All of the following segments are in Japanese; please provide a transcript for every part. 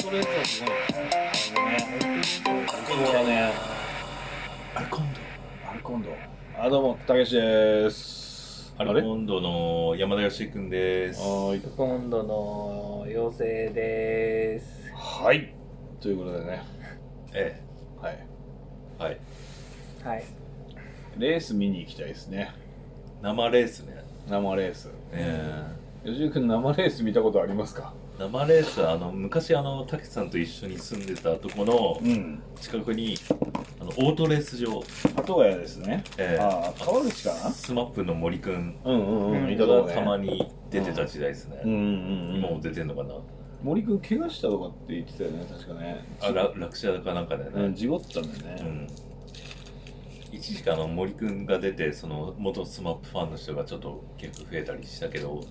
トレースはすごいね。そうだね。アルコンド。あ、どうも、たけしです。 アルコンドの山田義君です。 今度の妖精です。 はい。ということでね。はい。 はい。 はい。 レース見に行きたいですね。 生レースね。 生レース。吉井君、生レース見たことありますか？ 生レースは昔たけしさんと一緒に住んでたとこの近くに、オートレース場、 鳩ヶ谷ですね。川口かな？ スマップの森くんいたとこね。 たまに出てた時代ですね。今も出てんのかな。 森くん怪我したとかって言ってたよね、確かね。 落車かなんかでね。 事故ったんだよね。 一時期森くんが出て、その元スマップファンの人がちょっと結構増えたりしたけど、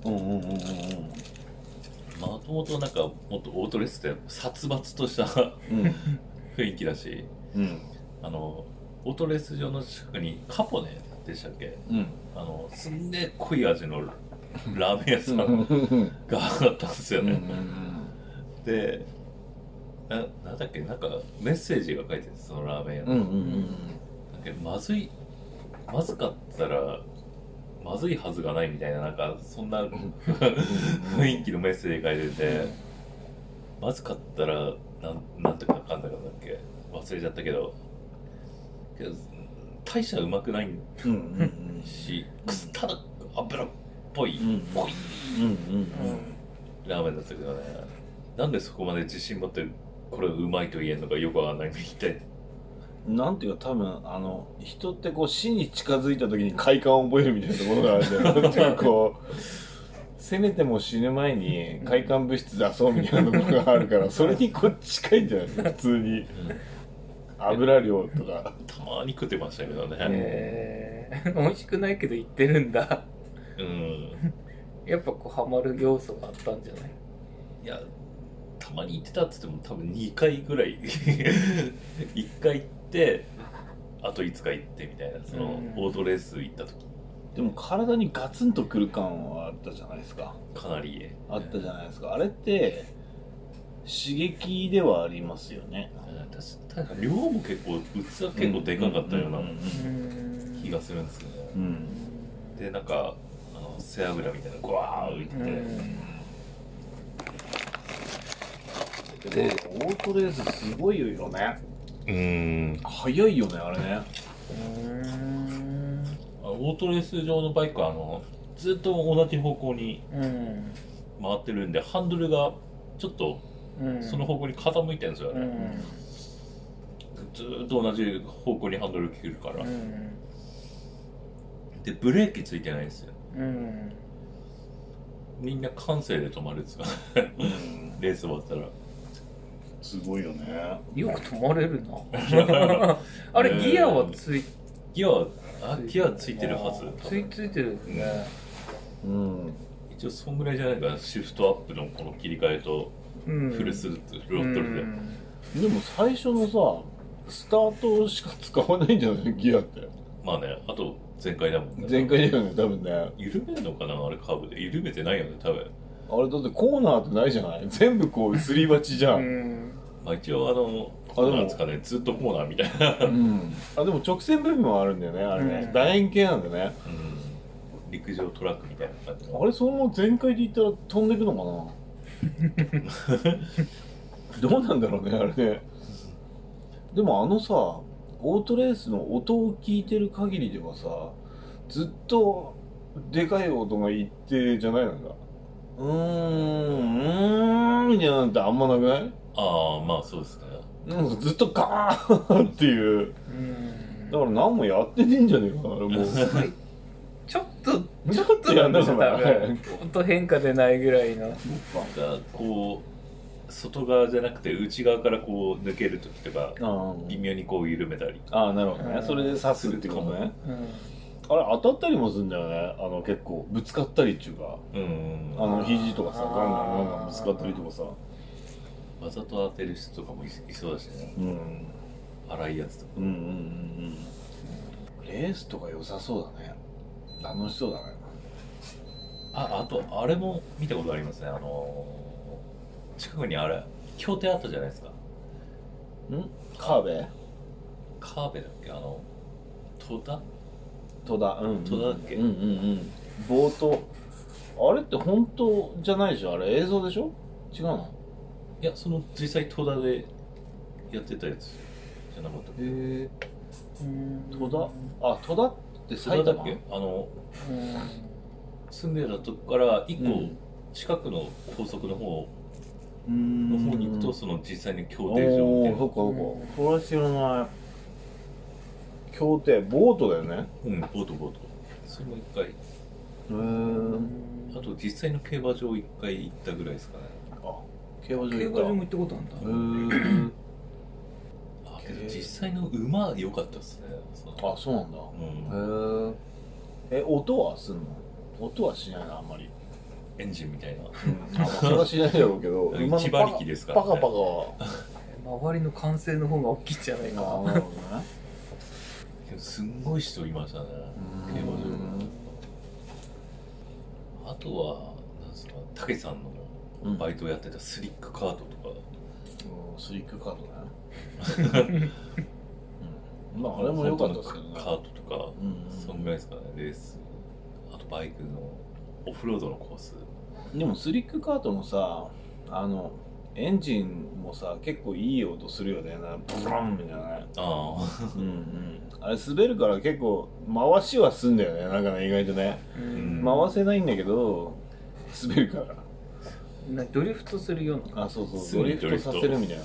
もともとなんかもっとオートレースって殺伐とした雰囲気だし、オートレース場の近くにカポネでしたっけ、すんげえ濃い味のラーメン屋さんがあったんですよね。でなんだっけ、なんかメッセージが書いてるんです、そのラーメン屋の。まずかったらまずいはずがないみたいな、なんかそんな雰囲気のメッセージが書いてて、まずかったらなんてかかんだかだっけ忘れちゃったけど大したうまくないし、ただ油っぽい濃いラーメンだったけどね、なんでそこまで自信持ってこれうまいと言えるのかよくわかんないみたい。 なんていうか、多分人ってこう死に近づいた時に快感を覚えるみたいなところがあるんだよ。なんていうかこうせめても死ぬ前に快感物質出そうみたいなところがあるから、それにこう近いんじゃないですか、普通に。油量とかたまに食ってましたけどね。 美味しくないけど言ってるんだ。やっぱこうハマる要素があったんじゃない？ いや、たまに行ってたって言っても多分2回ぐらい1回行ってあといつか行ってみたいな、そのオートレース行った時。 でも体にガツンとくる感はあったじゃないですか。 かなりあったじゃないですか。あれって刺激ではありますよね。 確か量も結構器結構でかかったような気がするんですよね。でなんか背脂みたいなのがワー浮いてて、 でオートレースすごいよね。速いよね、あれね。 オートレース場のバイクはずっと同じ方向に回ってるんで、ハンドルがちょっとその方向に傾いてるんですよね。ずっと同じ方向にハンドル切るから。でブレーキついてないんですよ。みんな感性で止まるんですかレース終わったら。 すごいよね。 よく止まれるな。あれギアはギアついてるはず。 ついてるね。 一応そんぐらいじゃないかな、シフトアップのこの切り替えとフルスロットルで。 でも最初のさスタートしか使わないんじゃない、ギアって。 まあね、あと全開だもんね。 全開だよね、多分ね。 緩めるのかな、あれカーブで。緩めてないよね、多分。 あれだってコーナーってないじゃない。全部こうすり鉢じゃん。 まあ一応なんですかね、ずっとコーナーみたいな。 でも直線部分はあるんだよね、あれね。楕円形なんだよね。 陸上トラックみたいな感じ。 あれそのまま全開でいったら飛んでいくのかな。どうなんだろうね、あれね。でもさオートレースの音を聞いてる限りではさ、ずっとでかい音がいってじゃないのか。みたいなのってあんまなくない？ ああ、まあそうですね。 なんかずっとガーンっていう。だから何もやってねえんじゃねえかな、あれもう。 ちょっとなんだよ、多分。音変化でないぐらいの。 こう外側じゃなくて内側からこう抜ける時とか微妙にこう緩めたり。 なるほどね。それで刺すってことね。あれ当たったりもするんだよね。結構ぶつかったりっていうか、肘とかさ、ガンガンぶつかったりとかさ。 わざと当てる人とかもいそうだしね。荒いやつとか。 レースとか良さそうだね。楽しそうだね。 あとあれも見たことありますね。近くにあれ協定あったじゃないですか。 カーベだっけ戸田戸田だっけ。 ボートあれって本当じゃないでしょ、あれ映像でしょ、違うの？ いや、その実際戸田でやってたやつじゃなかったっけ。 へえ。戸田って埼玉だっけ。住んでたとこから一個近くの高速の方に行くと、その実際に協定場みたいな。 そっかそれ知らない。協定ボートだよね。 ボートそれも一回。あと実際の競馬場一回行ったぐらいですかね。 競馬場も行ったことあるんだ。 けど実際の馬良かったですね。 そうなんだ。音はすんの？音はしないな、あんまり。 エンジンみたいな。 それはしないだろうけど、 一馬力ですからね。 パカパカは周りの歓声の方が大きいんじゃないかな。 なるほどね。 すんごい人いましたね、競馬場。あとはなんですか、たけさんのバイトをやってたスリックカートとか。 スリックカートね。まああれも良かったですけどね。 カートとか、そんぐらいですかね、レース。あとバイクのオフロードのコース。 でもスリックカートもさ、エンジンもさ結構いい音するよね。ブランみたいなね。あれ滑るから結構回しはすんだよね。なんかね、意外とね、回せないんだけど滑るから。 ドリフトするような。 そうドリフトさせるみたいな。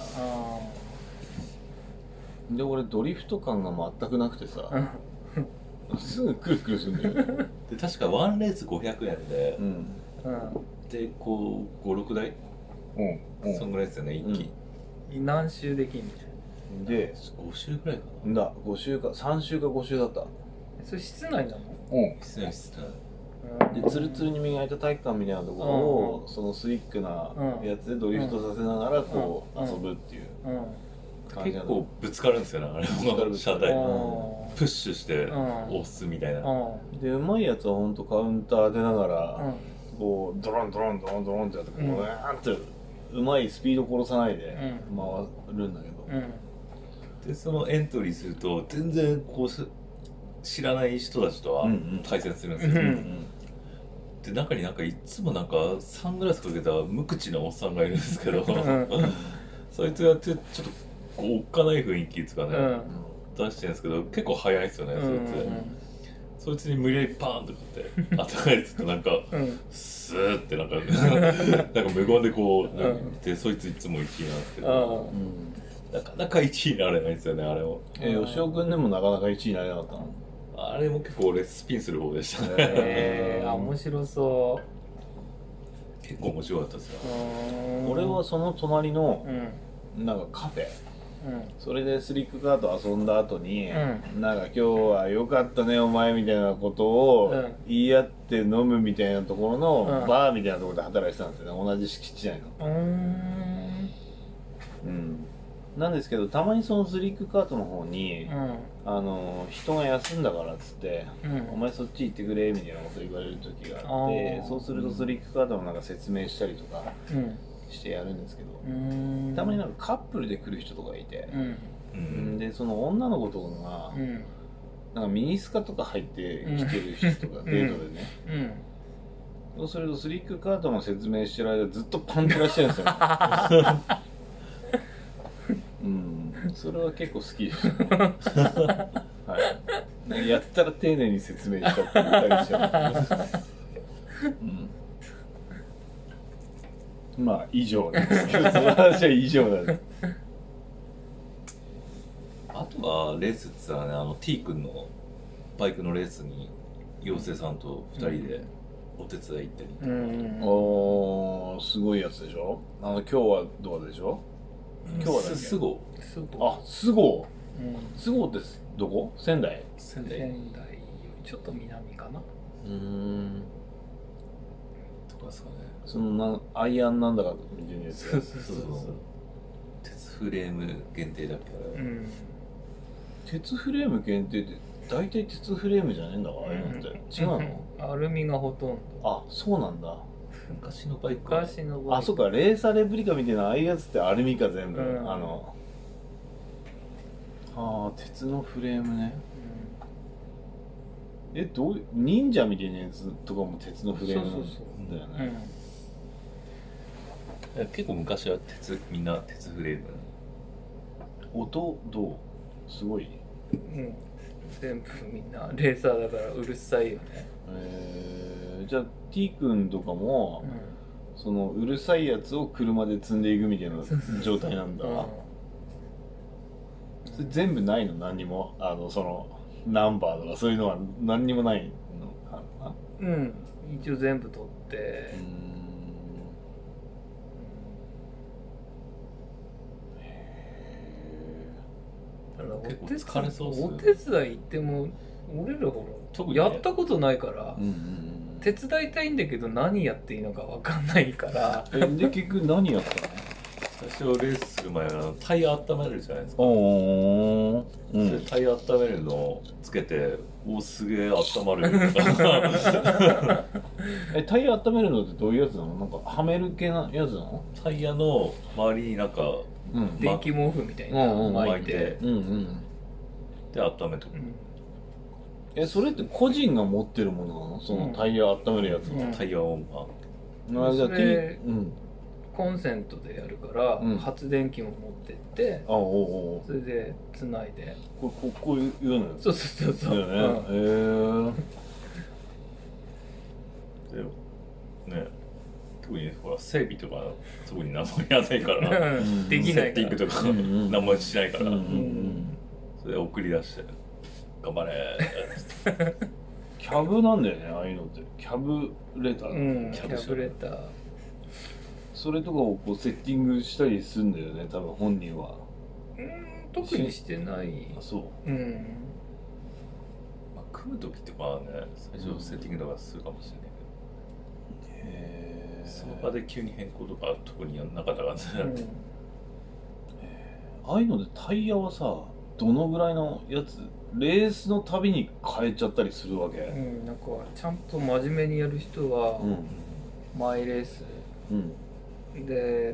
で俺ドリフト感が全くなくてさ、すぐクルクルするんだよね。 で確かワンレース500円で、でこう5、6台、そんぐらいですよね、一気。 何周できんみたいな。で5周ぐらいかな。5周か3周か5周だった。 それ室内なの？ 室内。 でツルツルに磨いた体育館みたいなところを、そのスリックなやつでドリフトさせながらこう遊ぶっていう感じ。 結構ぶつかるんですよね、あれも。車体プッシュして押すみたいな。 でうまいやつはほんとカウンター当てながらこうドロンドロンドロンドロンってやってこうーってうまいスピード殺さないで回るんだけど、 でそのエントリーすると全然こう知らない人たちとは対戦するんですよ。で中になんかいつもなんかサングラスかけた無口なおっさんがいるんですけど、そいつがちょっとこうおっかない雰囲気つかね、出してるんですけど結構速いですよね、そいつに無理やりパーンとかって当たられてなんかスーってなんか無言でこうでそいついつも1位なんですけど、なかなか1位になれないんですよね、あれも。 吉尾君でもなかなか1位になれなかったの？ あれも結構俺スピンする方でしたね。 面白そう。 結構面白かったですよ。 俺はその隣のなんかカフェ、それでスリックカート遊んだ後に、なんか今日は良かったねお前みたいなことを言い合って飲むみたいなところのバーみたいなところで働いてたんですよね、同じ敷地内の。なんですけどたまにそのスリックカートの方に、人が休んだからっつって、お前そっち行ってくれみたいなこと言われる時があって、そうするとスリックカートのなんか説明したりとかしてやるんですけど、たまになんかカップルで来る人とかいて、でその女の子とかが、なんかミニスカとか入ってきてる人とかデートでね、そうするとスリックカートの説明してる間ずっとパンチラしてるんですよ。それは結構好きでした、ね。はい。やったら丁寧に説明しちゃって言ったりしちゃう。まあ以上なんですけど、その話は以上なんです。 あとはレースって言ったらね、T 君のバイクのレースに妖精さんと2人でお手伝い行ったり。 すごいやつでしょ。今日はどうでしょ。今日はだっけ？ 菅生。 菅生。菅生ってどこ？仙台？ 仙台よりちょっと南かな。とかですかね。 そのアイアンなんだかみたいなやつ。 そう。鉄フレーム限定だっけ？ 鉄フレーム限定って大体鉄フレームじゃねえんだから、あれって違うの？ アルミがほとんど。 そうなんだ。 昔のバイク昔のバイク。 あ、そっか、レーサーレプリカみたいなああいうやつってアルミか全部、鉄のフレームね。どう忍者みたいなやつとかも鉄のフレームだよね。 結構昔はみんな鉄フレーム。 音どう？すごい？ 全部みんなレーサーだからうるさいよね。 じゃあ T 君とかも、そのうるさいやつを車で積んでいくみたいな状態なんだ。それ全部ないの？何にもそのナンバーとかそういうのは何にもないのかな？ 一応全部取って。 結構疲れそうっすよね。 お手伝い行っても俺らほらやったことないから、手伝いたいんだけど何やっていいのか分かんないから。 で結局何やったの？ 最初レースする前はタイヤ温めるじゃないですか。タイヤ温めるのをつけて、すげえ温まるよとか。 タイヤ温めるのってどういうやつなの？なんかはめる系なやつなの？ タイヤの周りになんか、 電気毛布みたいなの巻いて、 で温めとく。 それって個人が持ってるものなの？そのタイヤ温めるやつの。 タイヤをそれコンセントでやるから、発電機も持ってってそれでつないでこういうのやつ。 そうだよね。 特にほら整備とか特に何もやらないからできないからセッティングとか何もしないから、それで送り出して頑張れキャブなんだよね、ああいうのって。キャブレター、 キャブレターそれとかをこうセッティングしたりするんだよね、多分本人は。 特にしてない。 そう。 組む時とかはね、最初セッティングとかするかもしれないけど、その場で急に変更とか特にやんなかったからね。 ああいうのでタイヤはさ、どのぐらいのやつ？レースのたびに変えちゃったりするわけ？ なんかちゃんと真面目にやる人は、マイレース、で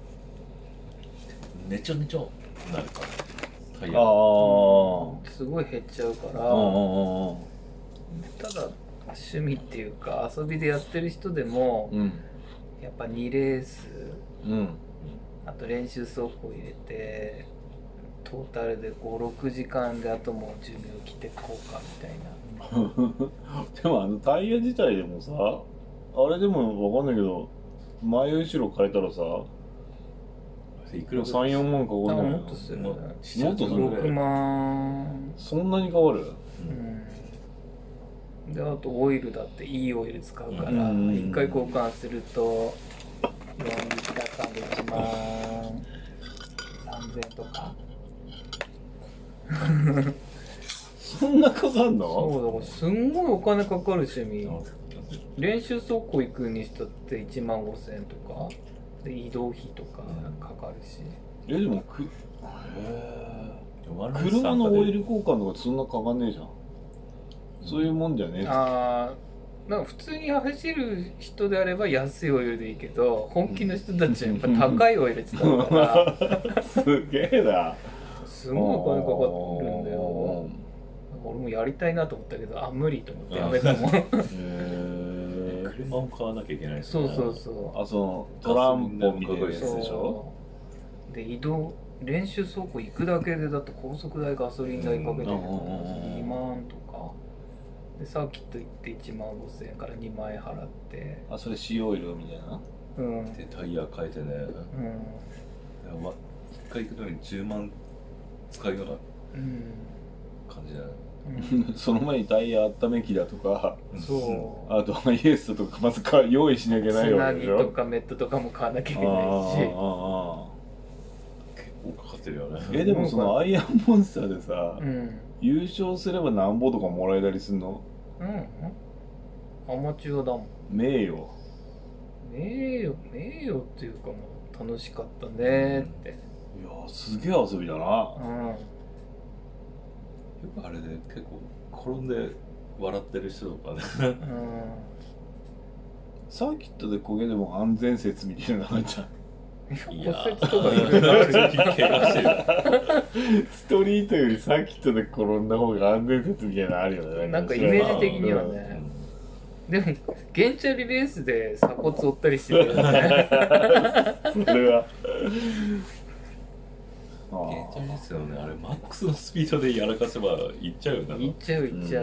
ねちょねちょなるからタイヤすごい減っちゃうから、ただ趣味っていうか遊びでやってる人でも、やっぱ2レース、あと練習走行入れてトータルで 5,6 時間であともう寿命切ってこうかみたいな。でもタイヤ自体でもさ、あれでも分かんないけど前後ろ変えたらさいくら 3,4 万かかるの？ もっとする。 もっとする 6万。 そんなに変わる？ であとオイルだっていいオイル使うから1回交換すると4リッター間で1万3000とか。 そんなかかんの？ そうだからすんごいお金かかる趣味。練習走行行くにしたって1万5,000円とかで移動費とかかかるし。 でも車のオイル交換とかそんなかかんねえじゃん。そういうもんじゃねえ。 なんか普通に走る人であれば安いオイルでいいけど、本気の人たちはやっぱ高いオイル使うからすげえな。 すごいお金かかるんだよ。俺もやりたいなと思ったけど無理と思ってやめたもん。 車を買わなきゃいけないですね。そうそのトランポみたいなやつでしょ。 で練習走行行くだけでだって高速代ガソリン代かけて2万とかでサーキット行って1万5,000円から2万円払って、 それ C オイルみたいな。 でタイヤ変えてね、1回行くのに10万使うような感じだね。 その前にタイヤ温め機だとか、 あとハイエースとかまず用意しなきゃないわけでしょ。 つなぎとかメットとかも買わなきゃいけないし。 結構かかってるよね。 でもそのアイアンモンスターでさ、優勝すればなんぼとかもらえたりすんの？ アマチュアだもん。 名誉っていうかもう楽しかったねって。 いやすげえ遊びだな。 よくあれで結構転んで笑ってる人とかね。 サーキットで焦げでも安全説みたいなのあるじゃん。 骨折とかいろいろある怪我してる。 ストリートよりサーキットで転んだ方が安全説みたいなのあるよね。 なんかイメージ的にはね。でも原チャリレースで鎖骨折ったりしてるよね。 それは原チャリですよね。あれマックスのスピードでやらかせば行っちゃうよな。 行っちゃう。や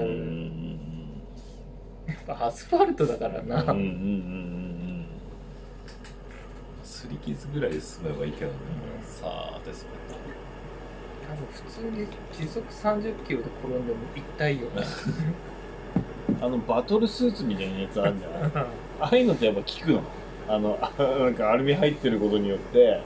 っぱアスファルトだからな。 すり傷ぐらいで済めばいいけどね。さあですね。 多分普通に時速30キロで転んでも痛いよね。 バトルスーツみたいなやつあるんじゃないああいうのってやっぱ効くのなんかアルミ入ってることによって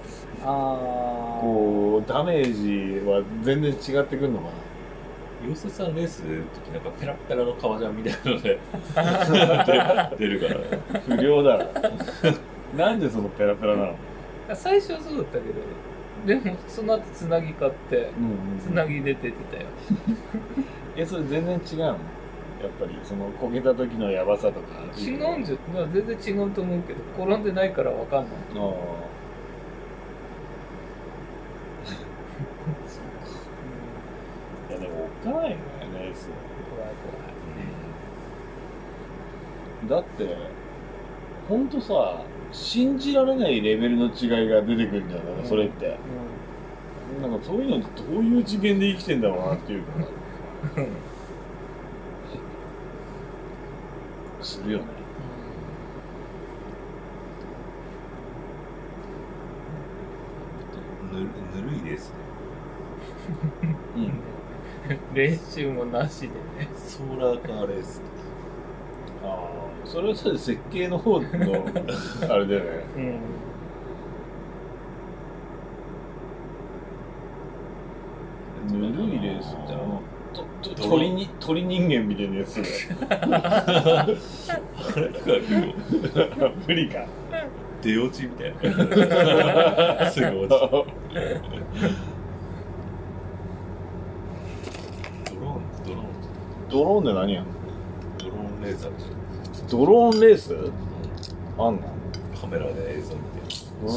こうダメージは全然違ってくるのかな。 溶接さんレース出るときなんかペラペラの革ジャンみたいなので出るから不良だなんでそのペラペラなの。 最初はそうだったけど、でもその後つなぎ買ってつなぎで出てたよ。 それ全然違うの。やっぱりその焦げた時のヤバさとか違うんじゃ全然違うと思うけど、転んでないから分かんない。 いやでもおっかないよねレース。だってほんとさ、信じられないレベルの違いが出てくるんだよね、それって、なんかそういうのってどういう次元で生きてんだろうなっていうかするよね。 ぬるいですね。練習もなしでね。 ソーラーカーレース。 それはそれ設計の方のあれだよね。ぬるいレースって鳥人間みたいなやつあれだから無理か。 出落ちみたいな。すぐ落ち。 ドローンで何やんの。 ドローンレーザー。 ドローンレースあんの。 カメラで映像見て。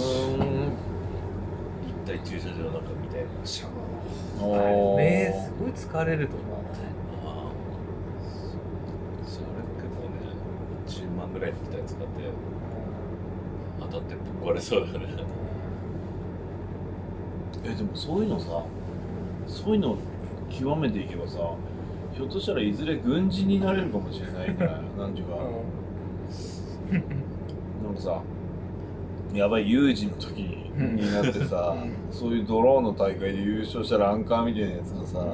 立体駐車場の中みたいなシャワー。目すごい疲れると思わない。 それ結構ね、10万ぐらいの機体使って当たってぶっ壊れそうだね。 でもそういうのさ、そういうの極めていけばさ、ひょっとしたらいずれ軍人になれるかもしれないんじゃないなんていうか、なんかさ、やばい有事の時になってさ、そういうドローンの大会で優勝したランカーみたいなやつがさ、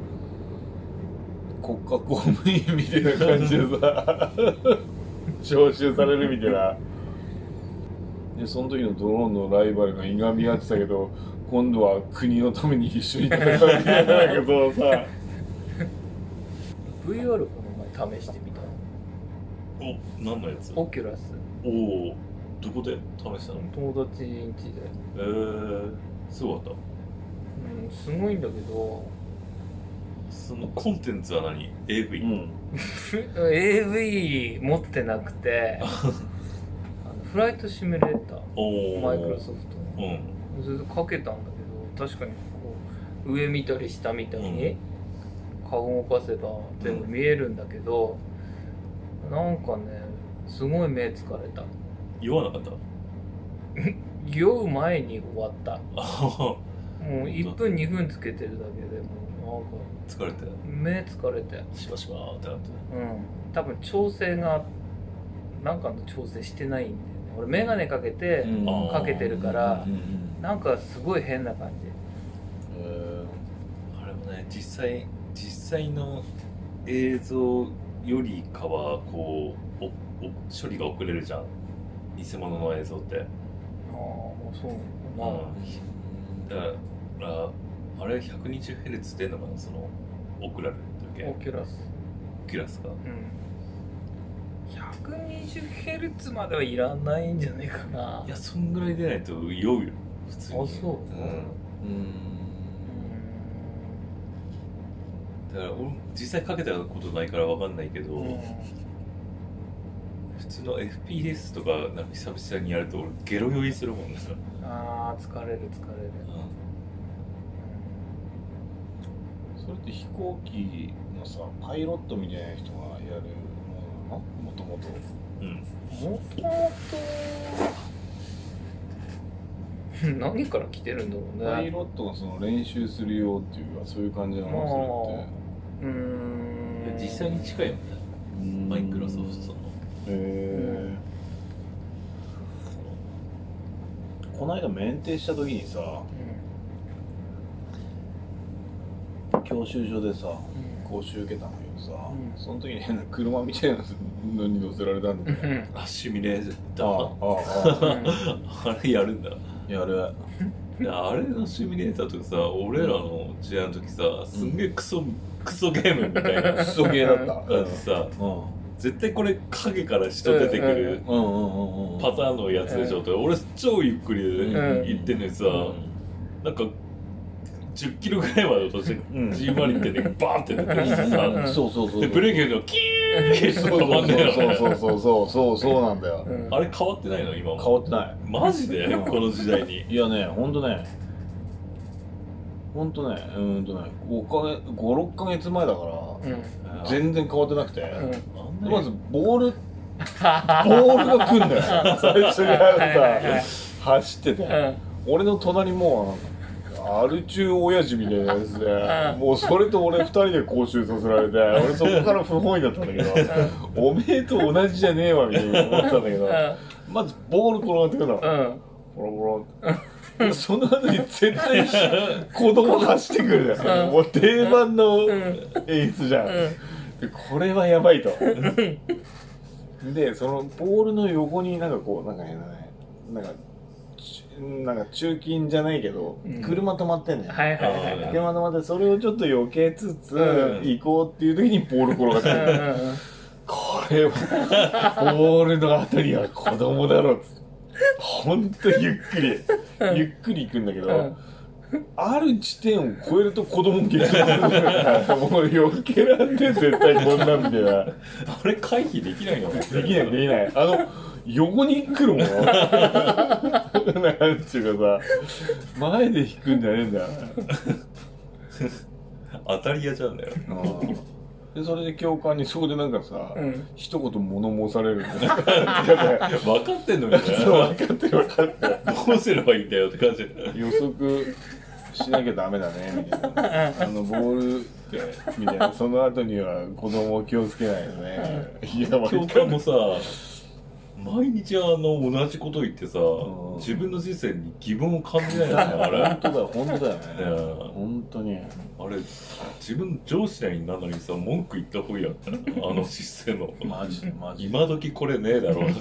国家公務員みたいな感じでさ招集されるみたいな。でその時のドローンのライバルがいがみ合ってたけど、今度は国のために一緒に戦うみたいなけどさ VR この前試してみた。 お、何のやつ？ オキュラス。 おお、どこで試したの？ 友達ん家で。 すごかった。 すごいんだけど、 そのコンテンツは何？ AV？ AV 持ってなくてフライトシミュレーター、マイクロソフトの、ずっとかけたんだけど、確かにこう上見たり下見たり、顔動かせば全部見えるんだけど、なんかね、すごい目疲れた。 酔わなかった？ 酔う前に終わった。もう1分2分つけてるだけでもうなんか疲れて、 目疲れてしばしばってなって、 多分調整がなんかの調整してないんだよね。俺メガネかけてかけてるから、なんかすごい変な感じ。 あれもね、実際の映像よりかはこう処理が遅れるじゃん、偽物の映像って。 そうなのかな。だからあれ 120Hz 出んのかな、そのオクラルだっけ？ オキュラスか。120Hz まではいらないんじゃないかな。 いや、そんぐらい出ないと酔うよ普通に。 あ、そう。 だから俺実際かけたことないから分かんないけど、 普通の FPS とかなんか久々にやると俺ゲロ酔いするもんね。 ああ疲れる、 それって飛行機のさパイロットみたいな人がやるものなの？もともと。 何から来てるんだろうね。 パイロットがその練習するよっていうかそういう感じなの？それって。 実際に近いよね。マイクロソフトの。 この間免停した時にさ、教習所でさ、講習受けたんだけどさ、その時に変な車みたいなのに乗せられたんだよ。 シミュレーター。あれやるんだ。 やる。 あれのシミュレーターとかさ、俺らの時代の時さ、すんげえクソゲームみたいなクソゲーだった感じさ、絶対これ影から人出てくるパターンのやつでしょって、俺超ゆっくりで行ってんのにさ、なんか10キロぐらいまで落としてじんわりってねバーンって出てきてさ、でブレーキのキーッて止まんねえのね。 そうなんだよ。 あれ変わってないの今も？ 変わってない。 マジでこの時代に。 いやね、ほんとね5,6 ヶ月前だから全然変わってなくて、まずボールが来んだよ。最初に走ってて、俺の隣もアル中親父みたいなやつで、もうそれと俺2人で講習させられて、俺そこから不本意だったんだけど、おめえと同じじゃねえわみたいな思ったんだけど、まずボール転がってくるの、ボロボロってその後に絶対子供走ってくるじゃん、もう定番の演出じゃん、でこれはやばいとでそのボールの横になんか変なね、なんか中金じゃないけど、車止まってんねん。車止まって、それをちょっと避けつつ、行こうっていう時にボール転がってる。これは、ボールの当たりは子供だろっつって。ほんとゆっくり行くんだけど、ある地点を越えると子供激突するから、もう避けられて絶対こんなんみたいな。 あれ回避できないの？ できない。横に来るもんなんちゅうかさ、前で引くんじゃねえんだよ。 当たり屋じゃんだよ。 でそれで教官にそこでなんかさ、一言物申されるんだよ。 分かってんのみたいな。 分かってる。 どうすればいいんだよって感じ。 予測しなきゃダメだねみたいな。ボールってみたいな。その後には子供を気をつけないとね。いや教官もさ。毎日同じこと言ってさ、自分の人生に疑問を感じないよね、あれ。 本当だよね。本当に。 あれ、自分上司なのにさ、文句言った方がいいやん。あのシステム。 マジ。 今時これねえだろうって。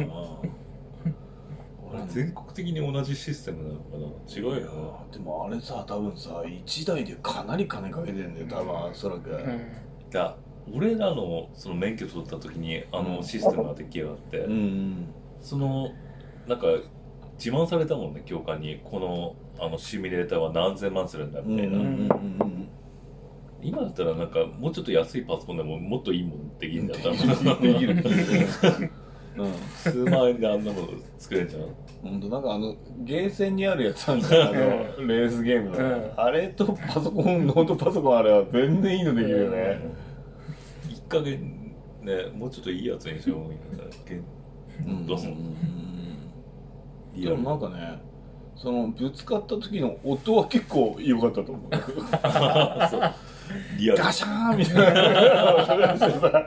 全国的に同じシステムなのかな。違うよな。 でもあれさ、多分さ、1台でかなり金かけてんだよ、多分、おそらく。 俺らのその免許取った時にシステムが出来上がって、そのなんか自慢されたもんね、教官に。このシミュレーターは何千万するんだみたいな。今だったらなんかもうちょっと安いパソコンでももっといいもんできるんだったらできる数万円であんなもの作れるんじゃん。 ほんとなんかゲーセンにあるやつなんだよ、レースゲームの、あれとパソコン、ノートパソコンあれは全然いいのできるよね。 いい加減ね、もうちょっといいやつにしようみたいな。どうすんの？ でもなんかね、そのぶつかった時の音は結構良かったと思う。 そうリアルガシャーンみたいな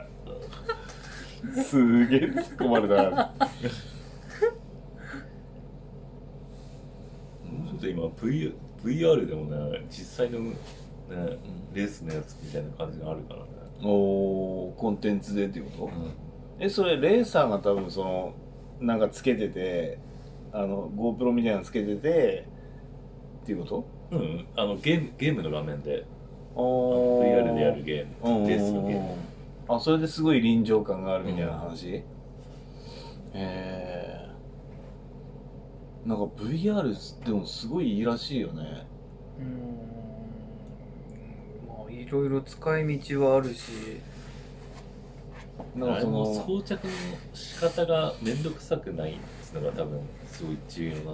すげえ突っ込まれた。 ちょっと今 VR でもね、実際のね、レースのやつみたいな感じがあるからね。 コンテンツでっていうこと？それレーサーが多分そのなんかつけてて、GoPro みたいなのつけててっていうこと？ ゲームの画面で VR でやるゲーム、レースのゲーム。 それですごい臨場感があるみたいな話？なんか VR でもすごいいいらしいよね。 まあいろいろ使い道はあるし、 なんかその装着の仕方がめんどくさくないっていうのが多分すごい重要な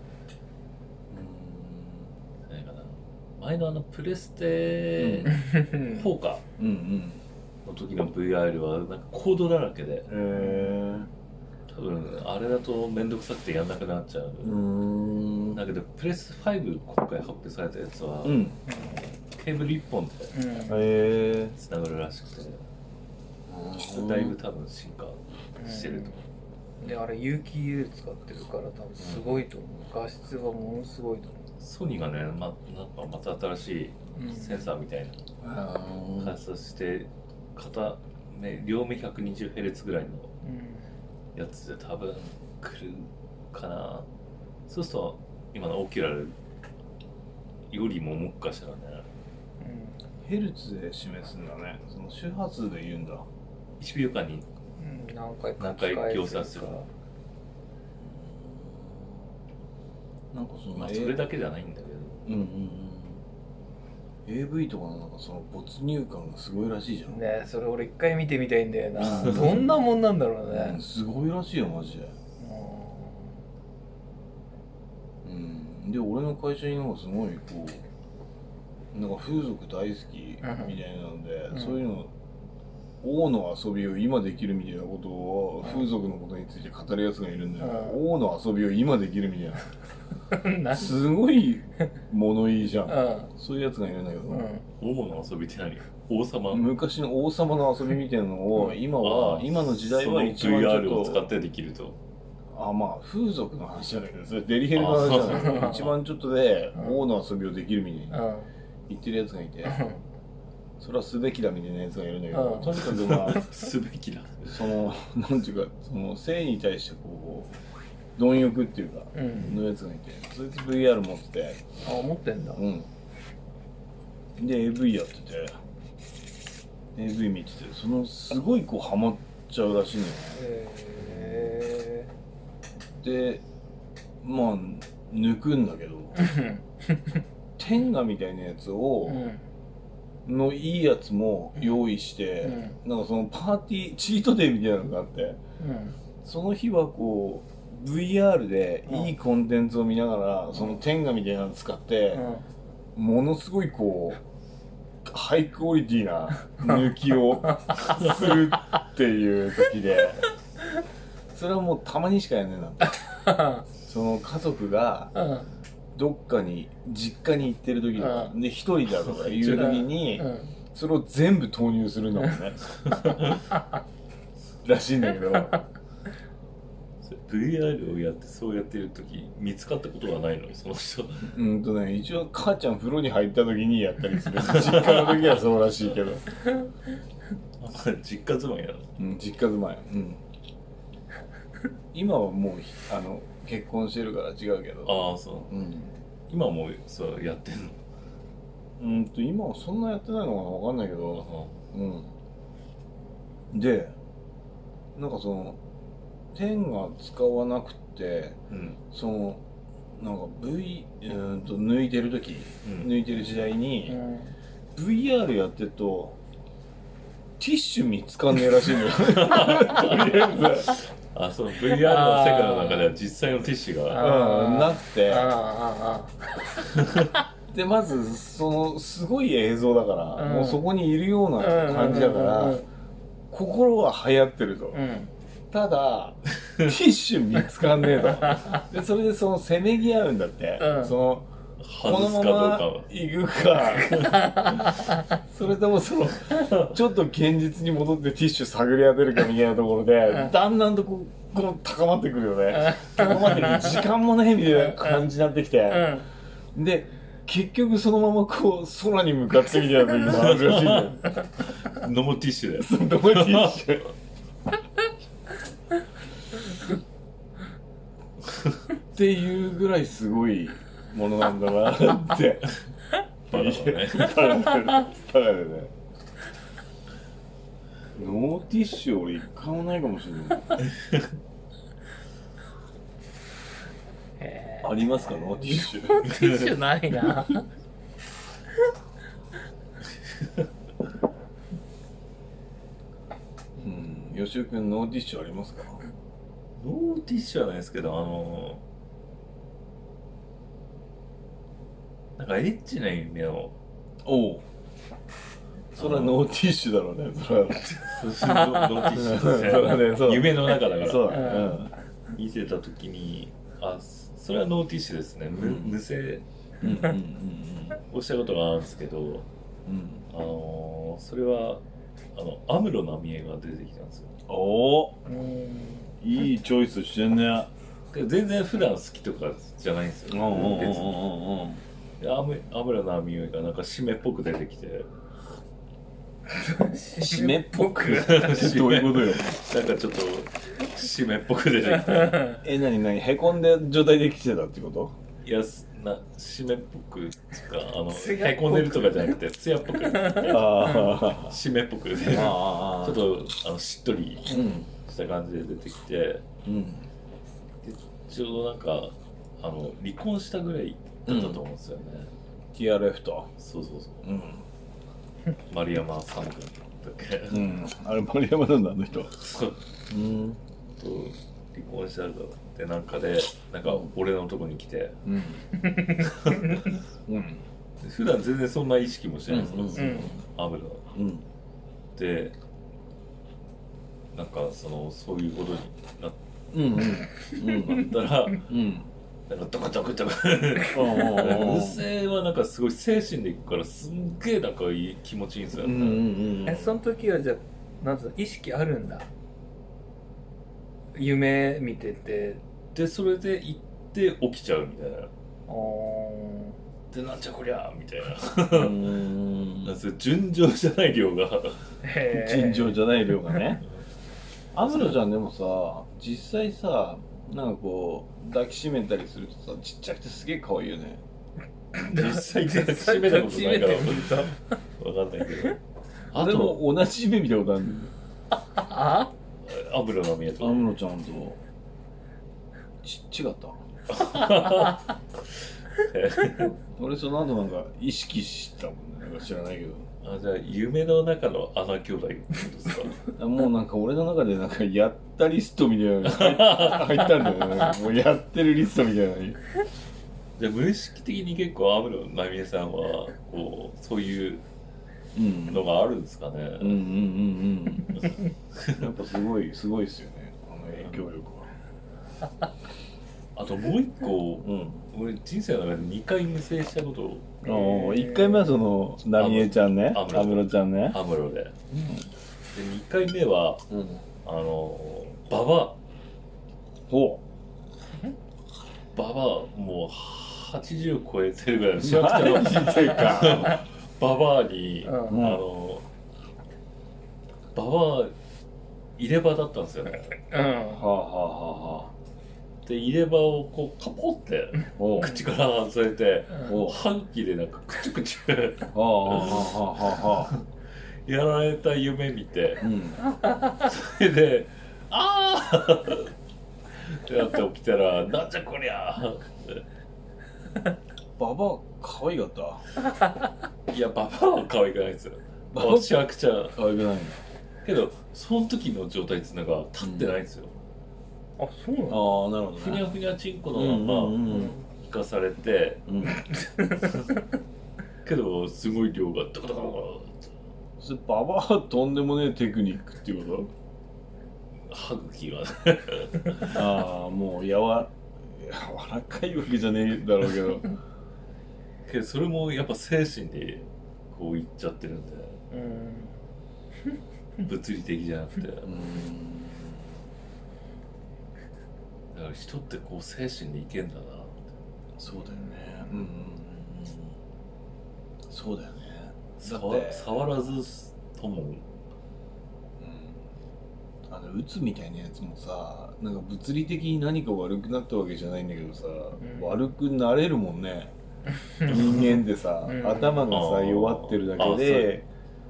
何かな。前のプレステ4かの時の VR はなんかコードだらけで、多分あれだとめんどくさくてやんなくなっちゃう。だけどプレス5今回発表されたやつは、ケーブル1本でつながるらしくて、だいぶ多分進化してると思う。 であれ有機 EL 使ってるから多分すごいと思う。画質がものすごいと思う。 ソニーがね、なんかまた新しいセンサーみたいな開発して両目 120Hz ぐらいのやつで多分来るかな。そうすると今のオキュラルよりももっかしたらね、 ヘルツで示すんだね。その周波数で言うんだ。 1秒間に何回行作するか。 なんかその、 それだけじゃないんだけど、 AV とかのなんかその没入感がすごいらしいじゃんね。それ俺一回見てみたいんだよな。どんなもんなんだろうね。 すごいらしいよマジで。で俺の会社になんかすごいこうなんか風俗大好きみたいなので、そういうの王の遊びを今できるみたいなことを、風俗のことについて語るやつがいるんだよ、王の遊びを今できるみたいなすごい物言いじゃん、そういうやつがいるんだけど、 王の遊びって何？王様？ 昔の王様の遊びみたいなのを今の時代は一番ちょっと VR を使ってできると。 まあ風俗の話じゃないけど、それデリヘルの話じゃないけど、一番ちょっとで王の遊びをできるみたいな言ってるやつがいて、それはすべきだみたいなやつがいるんだけど、とにかくまあすべきだ、 そのなんていうか、その性に対してこう貪欲っていうかのやつがいて、そいつ VR 持ってて、 持ってんだ。 で AV やってて、 AV 見てて、そのすごいこうハマっちゃうらしいのよ。でまあ抜くんだけど天下みたいなやつを、のいいやつも用意して、なんかそのパーティーチートデーみたいなのがあって、その日はこう VR でいいコンテンツを見ながら、その天下みたいなの使って、ものすごいこうハイクオリティな抜きをするっていう時で、それはもうたまにしかやんねえなその家族がどっかに実家に行ってる時とか、で一人だとかいう時に、それを全部投入するんだもんねらしいんだけど、 VR をやってそうやってる時見つかったことはないの？その人一応母ちゃん風呂に入った時にやったりする実家の時はそうらしいけど実家住まいなの？ 実家住まい。今はもう結婚してるから違うけど。 そう、今はもうそうやってんの？ 今はそんなやってないのかな、わかんないけど、でなんかその天が使わなくて、そのなんか抜いてる時、抜いてる時代に、VR やってるとティッシュ見つかんねえらしいのよとりあえずその VR の世界の中では実際のティッシュがなくてでまずそのすごい映像だから、もうそこにいるような感じだから、心は流行ってると、ただティッシュ見つかんねえとでそれでそのせめぎ合うんだって、そのこのまま行くかそれともそのちょっと現実に戻ってティッシュ探り当てるかみたいなところで、だんだんとこう高まってくるよね。高まってくる、時間もないみたいな感じになってきて、で結局そのままこう空に向かってみたいな時もあるらしいんだよノモティッシュだよ。 ノモティッシュっていうぐらいすごいものなんだなってバカだねノーティッシュ俺一回もないかもしれないありますか、ノーティッシュ？ ノーティッシュないなちおくんノーティッシュありますか？ ノーティッシュはないですけど、なんかエッチな夢を。 おう。それはノーティッシュだろうね。それはノーティッシュですね。 そうだね、そう夢の中だから。 そうだね。 見てた時に、それはノーティッシュですね。無声をしたことがあるんですけど、それは安室奈美恵が出てきたんですよ。 おお、いいチョイスしてんね。 全然普段好きとかじゃないんですよ。別に。安室奈美恵がなんか締めっぽく出てきて。 締めっぽくどういうことよ。 なんかちょっと締めっぽく出てきて。 何へこんで状態で来てたってこと？ いや締めっぽくかへこんでるとかじゃなくて艶っぽく締めっぽくでちょっとしっとりした感じで出てきて、でちょうどなんか離婚したぐらいだったと思うんですよね。 TRF と。 そう。丸山さんだっけ。 あれ丸山なんだあの人。 そう離婚したってなんか俺のとこに来て、普段全然そんな意識もしてないんですよ、アムロでなんかそういうことになったら、なんかドカドカドカ無声はなんかすごい精神でいくからすんげえなんかいい気持ちいいんですよね。 その時はじゃあなんつうの意識あるんだ。夢見ててでそれで行って起きちゃうみたいな。でなんじゃこりゃみたいな。尋常じゃない量が尋常じゃない量がね。アムロちゃんでもさ実際さなんかこう抱きしめたりするとさちっちゃくてすげえ可愛いよね。 実際抱きしめたことないから分かんないけど。 あでも同じ夢見たことあるんだよ。 アムロの宮とアムロちゃんと違った俺その後なんか意識したもんね。なんか知らないけど。 じゃあ夢の中の穴兄弟ですか？ もうなんか俺の中でなんかやったリストみたいなのが入ったんだよね。もうやってるリストみたいなのに。 じゃあ無意識的に結構安室奈美恵さんはこうそういうのがあるんですかね。 やっぱすごいっすよね。影響力は。 あともう一個、俺人生の中で2回無声したことを。 1回目はその奈美恵ちゃんね、安室ちゃんね。 安室で。で2回目はババアもう80超えてるぐらいのシャクチャのババアにババア入れ歯だったんですよね。で入れ歯をこうカポって口から外れて歯茎でなんかクチュクチュやられた夢見て、それでああってなって起きたらなんじゃこりゃババア可愛かった？ いやババアは可愛くないですよ。めちゃくちゃ可愛くないんだけどその時の状態っていうのが立ってないんですよ。 そうなの？なるほどね。 ふにゃふにゃチンコのまま引かされて、けどすごい量がドカドカドカ。 それババアとんでもねえテクニックっていうこと？歯茎がね。もう柔らかいわけじゃねえだろうけどそれもやっぱ精神でこういっちゃってるんで、物理的じゃなくて。だから人ってこう精神でいけんだなって。 そうだよね。そうだよね。 触らずとも、 うつみたいなやつもさ、なんか物理的に何か悪くなったわけじゃないんだけどさ、悪くなれるもんね。人間ってさ、頭がさ弱ってるだけで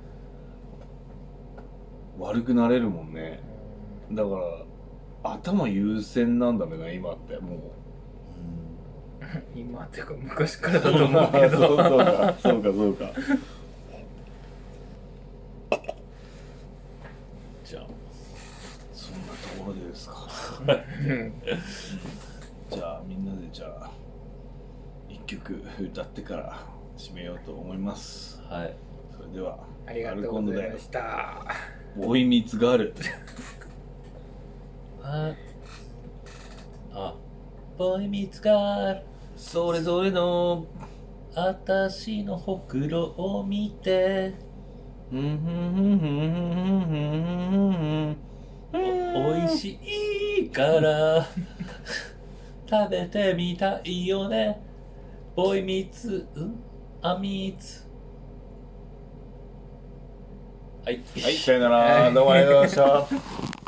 悪くなれるもんね。だから頭優先なんだろうな今ってもう。 今っていうか昔からだと思うけどそうかじゃあじゃあみんなで一曲歌ってから締めようと思います。 はい。 それではありがとうございました。 ボーイミーツガール。 ボーイミーツガール、 それぞれの私のほくろを見て、おいしいから食べてみたいよね。ボーイミーツ、ミーツ。はい、 さよなら。どうもありがとうございました。